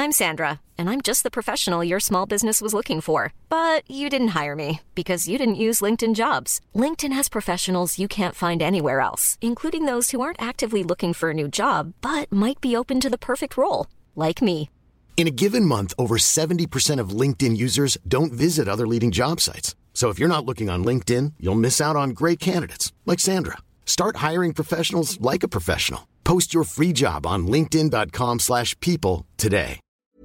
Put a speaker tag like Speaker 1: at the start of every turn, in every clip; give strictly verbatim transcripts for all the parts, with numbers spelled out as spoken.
Speaker 1: I'm Sandra, and I'm just the professional your small business was looking for. But you didn't hire me because you didn't use LinkedIn Jobs. LinkedIn has professionals you can't find anywhere else, including those who aren't actively looking for a new job, but might be open to the perfect role, like me.
Speaker 2: In a given month, over seventy percent of LinkedIn users don't visit other leading job sites. So if you're not looking on LinkedIn, you'll miss out on great candidates like Sandra. Start hiring professionals like a professional. Post your free job on linkedin dot com slash people today.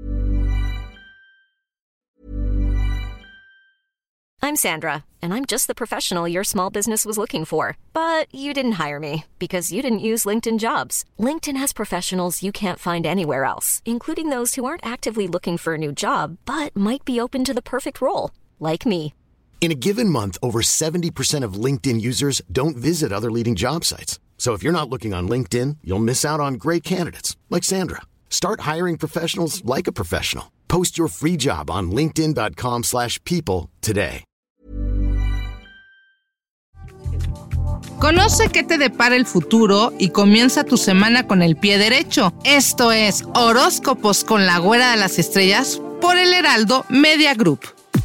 Speaker 1: I'm Sandra, and I'm just the professional your small business was looking for. But you didn't hire me because you didn't use LinkedIn Jobs. LinkedIn has professionals you can't find anywhere else, including those who aren't actively looking for a new job, but might be open to the perfect role, like me.
Speaker 2: In a given month, over seventy percent of LinkedIn users don't visit other leading job sites. So if you're not looking on LinkedIn, you'll miss out on great candidates like Sandra. Start hiring professionals like a professional. Post your free job on linkedin dot com slash people today.
Speaker 3: Conoce qué te depara el futuro y comienza tu semana con el pie derecho. Esto es Horóscopos con la Güera de las Estrellas por el Heraldo Media Group.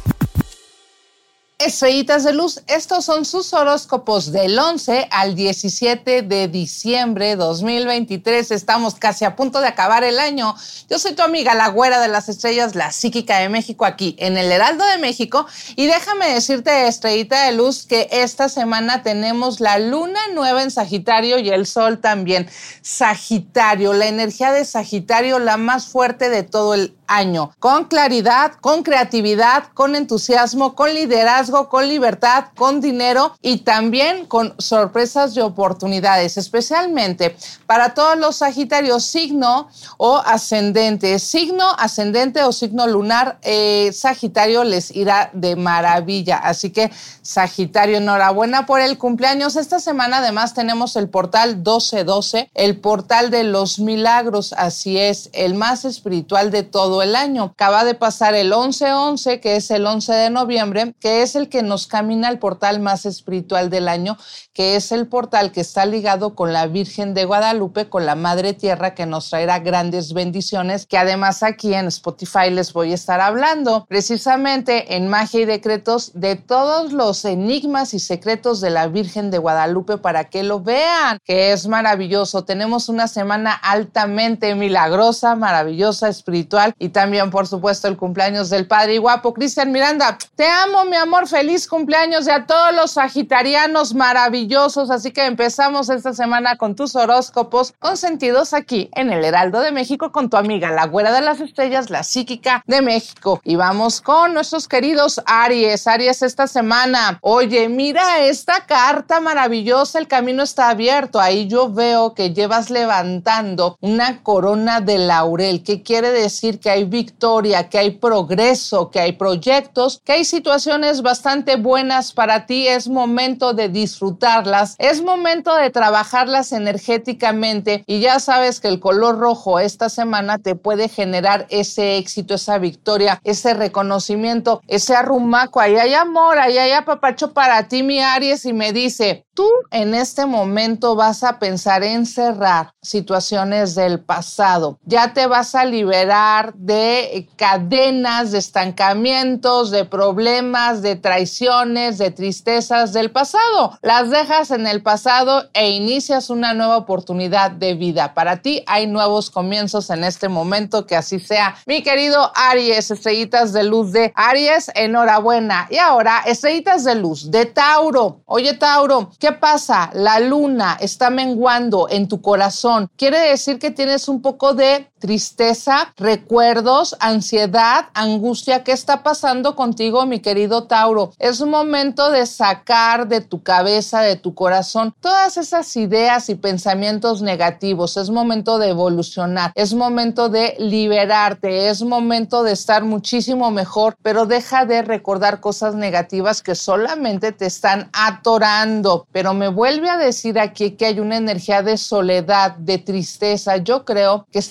Speaker 3: Estrellitas de luz, estos son sus horóscopos del once al diecisiete de diciembre de dos mil veintitrés. Estamos casi a punto de acabar el año. Yo soy tu amiga, la Güera de las Estrellas, la psíquica de México, aquí en el Heraldo de México. Y déjame decirte, estrellita de luz, que esta semana tenemos la luna nueva en Sagitario y el sol también. Sagitario, la energía de Sagitario, la más fuerte de todo el año. Con claridad, con creatividad, con entusiasmo, con liderazgo, con libertad, con dinero y también con sorpresas y oportunidades, especialmente para todos los Sagitarios, signo o ascendente. Signo ascendente o signo lunar, eh, Sagitario les irá de maravilla. Así que, Sagitario, enhorabuena por el cumpleaños. Esta semana además tenemos el portal doce doce, el portal de los milagros, así es, el más espiritual de todo el año. Acaba de pasar el once once, que es el once de noviembre, que es el que nos camina al portal más espiritual del año, que es el portal que está ligado con la Virgen de Guadalupe, con la Madre Tierra, que nos traerá grandes bendiciones, que además aquí en Spotify les voy a estar hablando precisamente en Magia y Decretos de todos los enigmas y secretos de la Virgen de Guadalupe para que lo vean, que es maravilloso. Tenemos una semana altamente milagrosa, maravillosa, espiritual. Y también, por supuesto, el cumpleaños del padre y guapo, Cristian Miranda. Te amo, mi amor, feliz cumpleaños, y a todos los sagitarianos maravillosos. Así que empezamos esta semana con tus horóscopos consentidos aquí en el Heraldo de México con tu amiga, la Güera de las Estrellas, la psíquica de México. Y vamos con nuestros queridos Aries. Aries, esta semana. Oye, mira esta carta maravillosa, el camino está abierto. Ahí yo veo que llevas levantando una corona de laurel. ¿Qué quiere decir? Que hay victoria, que hay progreso, que hay proyectos, que hay situaciones bastante buenas para ti. Es momento de disfrutarlas, es momento de trabajarlas energéticamente, y ya sabes que el color rojo esta semana te puede generar ese éxito, esa victoria, ese reconocimiento, ese arrumaco. Ahí hay amor, ahí hay apapacho para ti, mi Aries, y me dice: tú en este momento vas a pensar en cerrar situaciones del pasado. Ya te vas a liberar de cadenas, de estancamientos, de problemas, de traiciones, de tristezas del pasado. Las dejas en el pasado e inicias una nueva oportunidad de vida. Para ti hay nuevos comienzos en este momento, que así sea. Mi querido Aries, estrellitas de luz de Aries, enhorabuena. Y ahora, estrellitas de luz de Tauro. Oye, Tauro, ¿qué pasa? La luna está menguando en tu corazón. Quiere decir que tienes un poco de tristeza, recuerdos, ansiedad, angustia. ¿Qué está pasando contigo, mi querido Tauro? Es un momento de sacar de tu cabeza, de tu corazón, todas esas ideas y pensamientos negativos. Es momento de evolucionar, es momento de liberarte, es momento de estar muchísimo mejor, pero deja de recordar cosas negativas que solamente te están atorando. Pero me vuelve a decir aquí que hay una energía de soledad, de tristeza. Yo creo que están regresando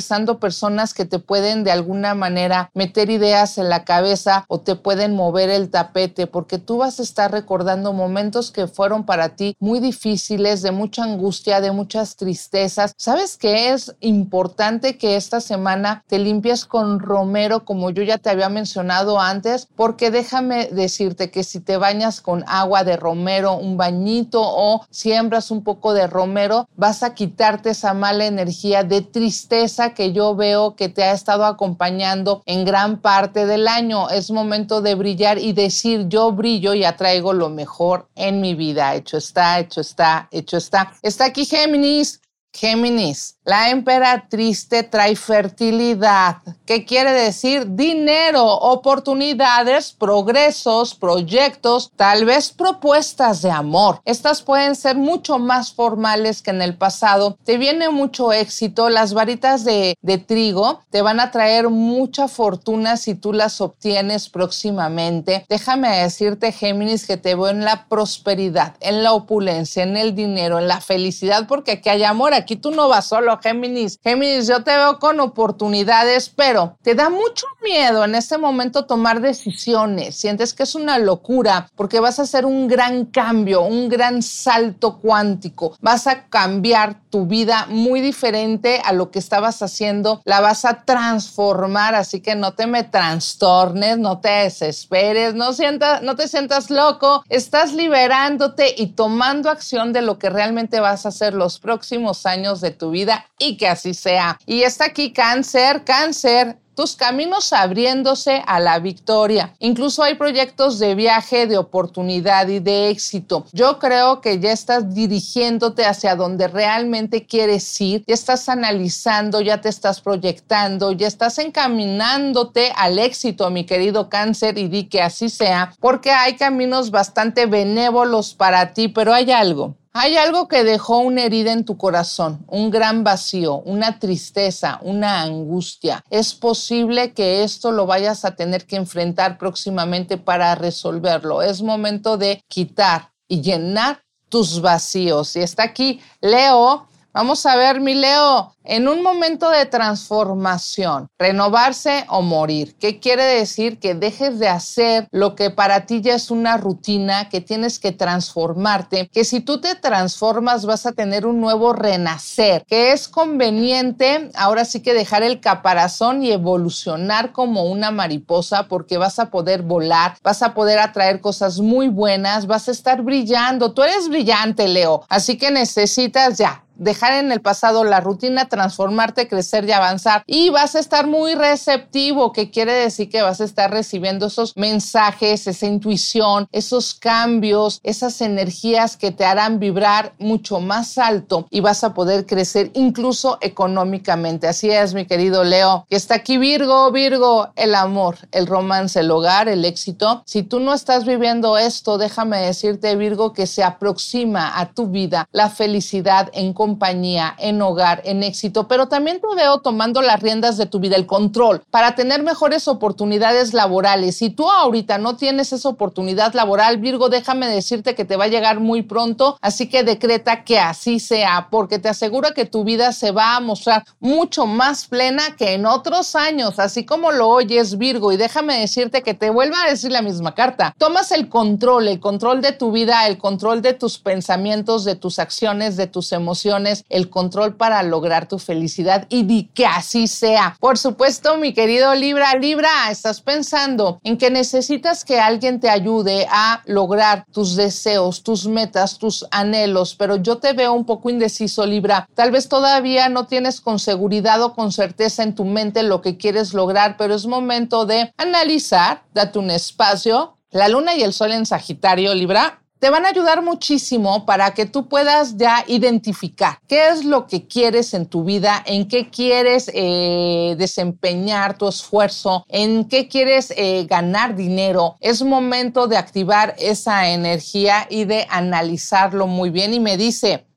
Speaker 3: regresando personas que te pueden de alguna manera meter ideas en la cabeza o te pueden mover el tapete, porque tú vas a estar recordando momentos que fueron para ti muy difíciles, de mucha angustia, de muchas tristezas. ¿Sabes qué? Es importante que esta semana te limpies con romero, como yo ya te había mencionado antes, porque déjame decirte que si te bañas con agua de romero, un bañito, o siembras un poco de romero, vas a quitarte esa mala energía de tristeza que yo veo que te ha estado acompañando en gran parte del año. Es momento de brillar y decir: yo brillo y atraigo lo mejor en mi vida. Hecho está, hecho está, hecho está. Está aquí Géminis. Géminis, la emperatriz te trae fertilidad. ¿Qué quiere decir? Dinero, oportunidades, progresos, proyectos, tal vez propuestas de amor. Estas pueden ser mucho más formales que en el pasado. Te viene mucho éxito. Las varitas de, de trigo te van a traer mucha fortuna si tú las obtienes próximamente. Déjame decirte, Géminis, que te veo en la prosperidad, en la opulencia, en el dinero, en la felicidad, porque aquí hay amor. Aquí tú no vas solo, Géminis. Géminis, yo te veo con oportunidades, pero te da mucho miedo en este momento tomar decisiones. Sientes que es una locura porque vas a hacer un gran cambio, un gran salto cuántico. Vas a cambiar tu vida muy diferente a lo que estabas haciendo. La vas a transformar, así que no te me trastornes, no te desesperes, no, sientas, no te sientas loco. Estás liberándote y tomando acción de lo que realmente vas a hacer los próximos años de tu vida, y que así sea. Y está aquí Cáncer, Cáncer. Tus caminos abriéndose a la victoria. Incluso hay proyectos de viaje, de oportunidad y de éxito. Yo creo que ya estás dirigiéndote hacia donde realmente quieres ir. Ya estás analizando, ya te estás proyectando, ya estás encaminándote al éxito, mi querido Cáncer, y di que así sea, porque hay caminos bastante benévolos para ti, pero hay algo. Hay algo que dejó una herida en tu corazón, un gran vacío, una tristeza, una angustia. Es posible que esto lo vayas a tener que enfrentar próximamente para resolverlo. Es momento de quitar y llenar tus vacíos. Y está aquí Leo. Vamos a ver, mi Leo, en un momento de transformación, renovarse o morir. ¿Qué quiere decir? Que dejes de hacer lo que para ti ya es una rutina, que tienes que transformarte, que si tú te transformas vas a tener un nuevo renacer, que es conveniente ahora sí que dejar el caparazón y evolucionar como una mariposa, porque vas a poder volar, vas a poder atraer cosas muy buenas, vas a estar brillando. Tú eres brillante, Leo, así que necesitas ya dejar en el pasado la rutina, transformarte, crecer y avanzar. Y vas a estar muy receptivo, que quiere decir que vas a estar recibiendo esos mensajes, esa intuición, esos cambios, esas energías que te harán vibrar mucho más alto y vas a poder crecer incluso económicamente. Así es, mi querido Leo. Y está aquí Virgo, Virgo, el amor, el romance, el hogar, el éxito. Si tú no estás viviendo esto, déjame decirte, Virgo, que se aproxima a tu vida la felicidad en compañía, en hogar, en éxito, pero también te veo tomando las riendas de tu vida, el control, para tener mejores oportunidades laborales. Si tú ahorita no tienes esa oportunidad laboral, Virgo, déjame decirte que te va a llegar muy pronto, así que decreta que así sea, porque te aseguro que tu vida se va a mostrar mucho más plena que en otros años, así como lo oyes, Virgo, y déjame decirte que te vuelva a decir la misma carta. Tomas el control, el control de tu vida, el control de tus pensamientos, de tus acciones, de tus emociones, el control para lograr tu felicidad, y di que así sea. Por supuesto, mi querido Libra, Libra, estás pensando en que necesitas que alguien te ayude a lograr tus deseos, tus metas, tus anhelos, pero yo te veo un poco indeciso, Libra. Tal vez todavía no tienes con seguridad o con certeza en tu mente lo que quieres lograr, pero es momento de analizar, date un espacio. La luna y el sol en Sagitario, Libra, te van a ayudar muchísimo para que tú puedas ya identificar qué es lo que quieres en tu vida, en qué quieres eh, desempeñar tu esfuerzo, en qué quieres eh, ganar dinero. Es momento de activar esa energía y de analizarlo muy bien. Y me dice,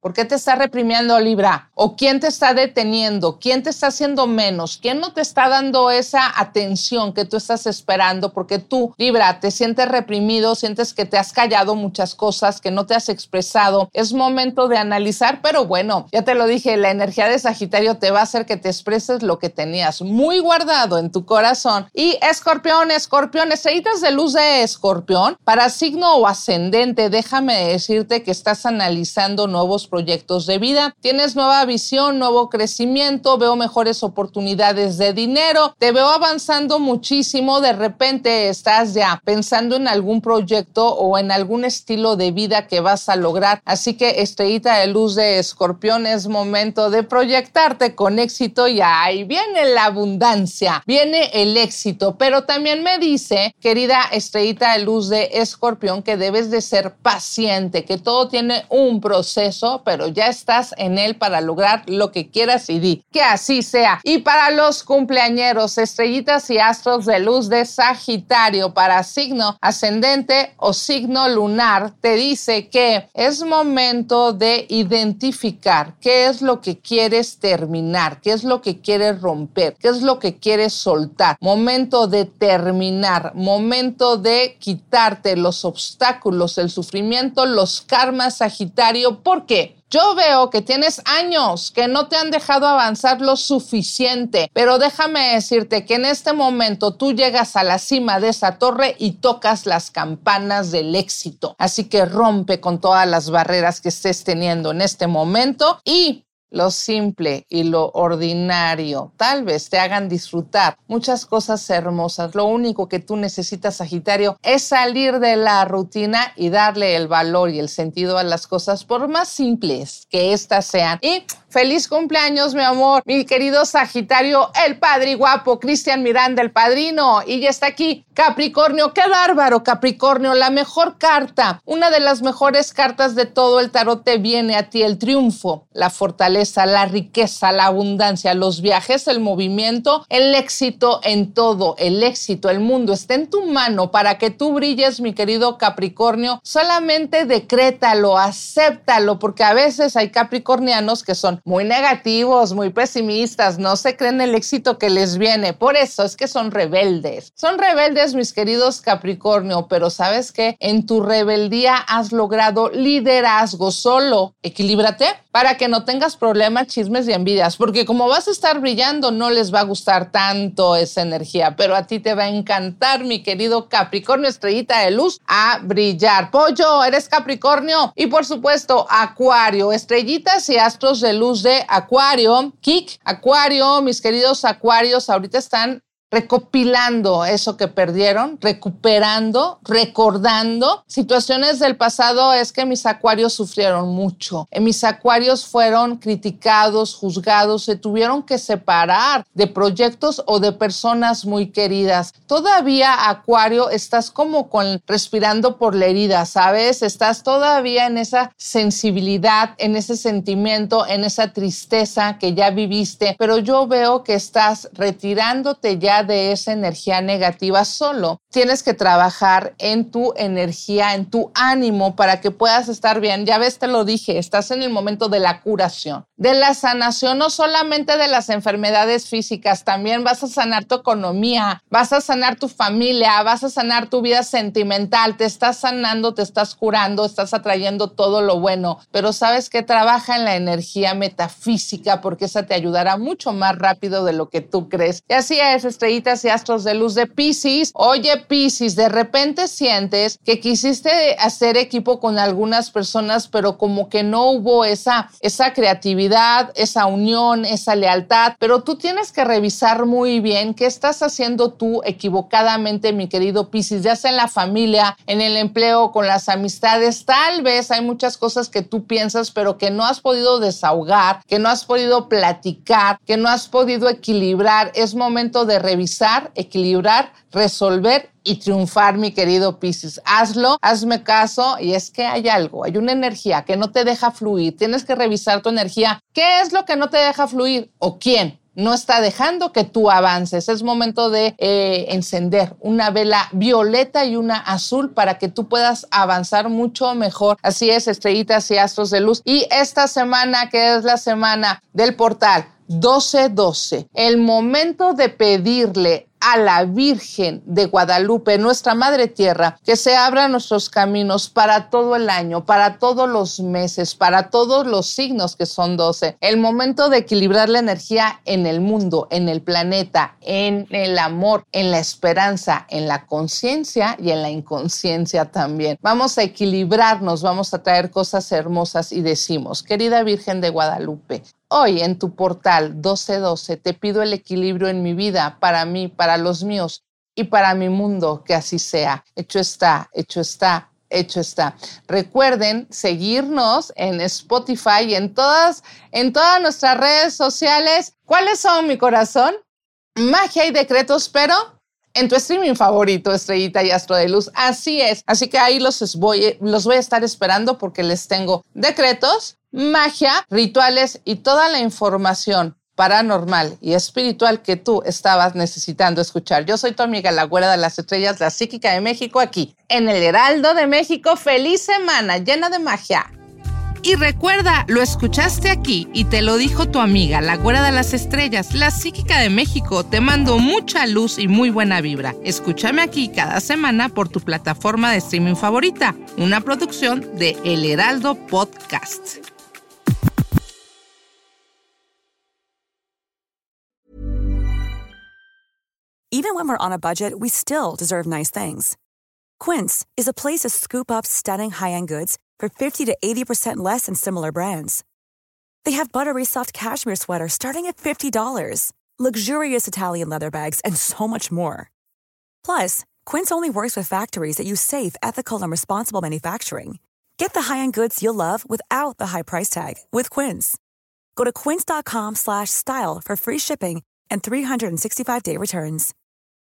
Speaker 3: ¿Por qué te está reprimiendo, Libra? ¿O quién te está deteniendo? ¿Quién te está haciendo menos? ¿Quién no te está dando esa atención que tú estás esperando? Porque tú, Libra, te sientes reprimido, sientes que te has callado muchas cosas, que no te has expresado. Es momento de analizar, pero bueno, ya te lo dije, la energía de Sagitario te va a hacer que te expreses lo que tenías muy guardado en tu corazón. Y Escorpión, Escorpión, estrellitas de luz de Escorpión, para signo o ascendente, déjame decirte que estás analizando nuevos proyectos de vida. Tienes nueva visión, nuevo crecimiento, veo mejores oportunidades de dinero, te veo avanzando muchísimo. De repente estás ya pensando en algún proyecto o en algún estilo de vida que vas a lograr. Así que estrellita de luz de Escorpión, es momento de proyectarte con éxito y ahí viene la abundancia, viene el éxito. Pero también me dice, querida estrellita de luz de Escorpión, que debes de ser paciente, que todo tiene un proceso, pero ya estás en él para lograr lo que quieras y di que así sea. Y para los cumpleañeros, estrellitas y astros de luz de Sagitario, para signo ascendente o signo lunar, te dice que es momento de identificar qué es lo que quieres terminar, qué es lo que quieres romper, qué es lo que quieres soltar. Momento de terminar, momento de quitarte los obstáculos, el sufrimiento, los karmas, Sagitario. ¿Por qué? Yo veo que tienes años que no te han dejado avanzar lo suficiente, pero déjame decirte que en este momento tú llegas a la cima de esa torre y tocas las campanas del éxito. Así que rompe con todas las barreras que estés teniendo en este momento y lo simple y lo ordinario tal vez te hagan disfrutar muchas cosas hermosas. Lo único que tú necesitas, Sagitario, es salir de la rutina y darle el valor y el sentido a las cosas, por más simples que éstas sean. Y feliz cumpleaños, mi amor, mi querido Sagitario, el padre guapo, Cristian Miranda, el padrino. Y ya está aquí, Capricornio. ¡Qué bárbaro, Capricornio! La mejor carta, una de las mejores cartas de todo el tarot te viene a ti: el triunfo, la fortaleza, la riqueza, la abundancia, los viajes, el movimiento, el éxito en todo, el éxito, el mundo está en tu mano para que tú brilles, mi querido Capricornio. Solamente decrétalo, acéptalo, porque a veces hay capricornianos que son muy negativos, muy pesimistas, no se creen el éxito que les viene. Por eso es que son rebeldes. Son rebeldes, mis queridos Capricornio, pero ¿sabes qué? En tu rebeldía has logrado liderazgo. Solo equilíbrate para que no tengas problemas, chismes y envidias, porque como vas a estar brillando, no les va a gustar tanto esa energía, pero a ti te va a encantar, mi querido Capricornio, estrellita de luz, a brillar. Pollo, eres Capricornio. Y por supuesto, Acuario, estrellitas y astros de luz de Acuario. Kik, Acuario, mis queridos Acuarios, ahorita están recopilando eso que perdieron, recuperando, recordando situaciones del pasado. Es que mis acuarios sufrieron mucho. Mis acuarios fueron criticados, juzgados, se tuvieron que separar de proyectos o de personas muy queridas. Todavía, Acuario, estás como con respirando por la herida, ¿sabes? Estás todavía en esa sensibilidad, en ese sentimiento, en esa tristeza que ya viviste, pero yo veo que estás retirándote ya de esa energía negativa. Solo tienes que trabajar en tu energía, en tu ánimo para que puedas estar bien. Ya ves, te lo dije, estás en el momento de la curación, de la sanación, no solamente de las enfermedades físicas, también vas a sanar tu economía, vas a sanar tu familia, vas a sanar tu vida sentimental, te estás sanando, te estás curando, estás atrayendo todo lo bueno, pero sabes que trabaja en la energía metafísica porque esa te ayudará mucho más rápido de lo que tú crees. Y así es, estrellitas y astros de luz de Piscis. Oye, Piscis, de repente sientes que quisiste hacer equipo con algunas personas, pero como que no hubo esa, esa creatividad, esa unión, esa lealtad, pero tú tienes que revisar muy bien qué estás haciendo tú equivocadamente, mi querido Piscis, ya sea en la familia, en el empleo, con las amistades. Tal vez hay muchas cosas que tú piensas, pero que no has podido desahogar, que no has podido platicar, que no has podido equilibrar. Es momento de revisar, equilibrar, resolver y triunfar, mi querido Piscis. Hazlo, hazme caso, y es que hay algo, hay una energía que no te deja fluir. Tienes que revisar tu energía. ¿Qué es lo que no te deja fluir? ¿O quién? no está dejando que tú avances. Es momento de eh, encender una vela violeta y una azul para que tú puedas avanzar mucho mejor. Así es, estrellitas y astros de luz. Y esta semana, que es la semana del portal doce doce, el momento de pedirle a la Virgen de Guadalupe, nuestra Madre Tierra, que se abran nuestros caminos para todo el año, para todos los meses, para todos los signos que son doce. El momento de equilibrar la energía en el mundo, en el planeta, en el amor, en la esperanza, en la conciencia y en la inconsciencia también. Vamos a equilibrarnos, vamos a traer cosas hermosas y decimos, querida Virgen de Guadalupe, hoy en tu portal doce doce te pido el equilibrio en mi vida, para mí, para los míos y para mi mundo, que así sea. Hecho está, hecho está, hecho está. Recuerden seguirnos en Spotify y en todas, en todas nuestras redes sociales. ¿Cuáles son, mi corazón? Magia y decretos, pero en tu streaming favorito, Estrellita y Astro de Luz. Así es. Así que ahí los voy, los voy a estar esperando porque les tengo decretos, magia, rituales y toda la información paranormal y espiritual que tú estabas necesitando escuchar. Yo soy tu amiga, la güera de las estrellas, la psíquica de México, aquí en el Heraldo de México. ¡Feliz semana llena de magia!
Speaker 4: Y recuerda, lo escuchaste aquí y te lo dijo tu amiga, la güera de las estrellas, la psíquica de México. Te mando mucha luz y muy buena vibra. Escúchame aquí cada semana por tu plataforma de streaming favorita, una producción de El Heraldo Podcast.
Speaker 5: Even when we're on a budget, we still deserve nice things. Quince is a place to scoop up stunning high-end goods for fifty to eighty percent less than similar brands. They have buttery soft cashmere sweaters starting at fifty dollars, luxurious Italian leather bags, and so much more. Plus, Quince only works with factories that use safe, ethical, and responsible manufacturing. Get the high-end goods you'll love without the high price tag with Quince. Go to quince.com slash style for free shipping and three sixty-five day returns.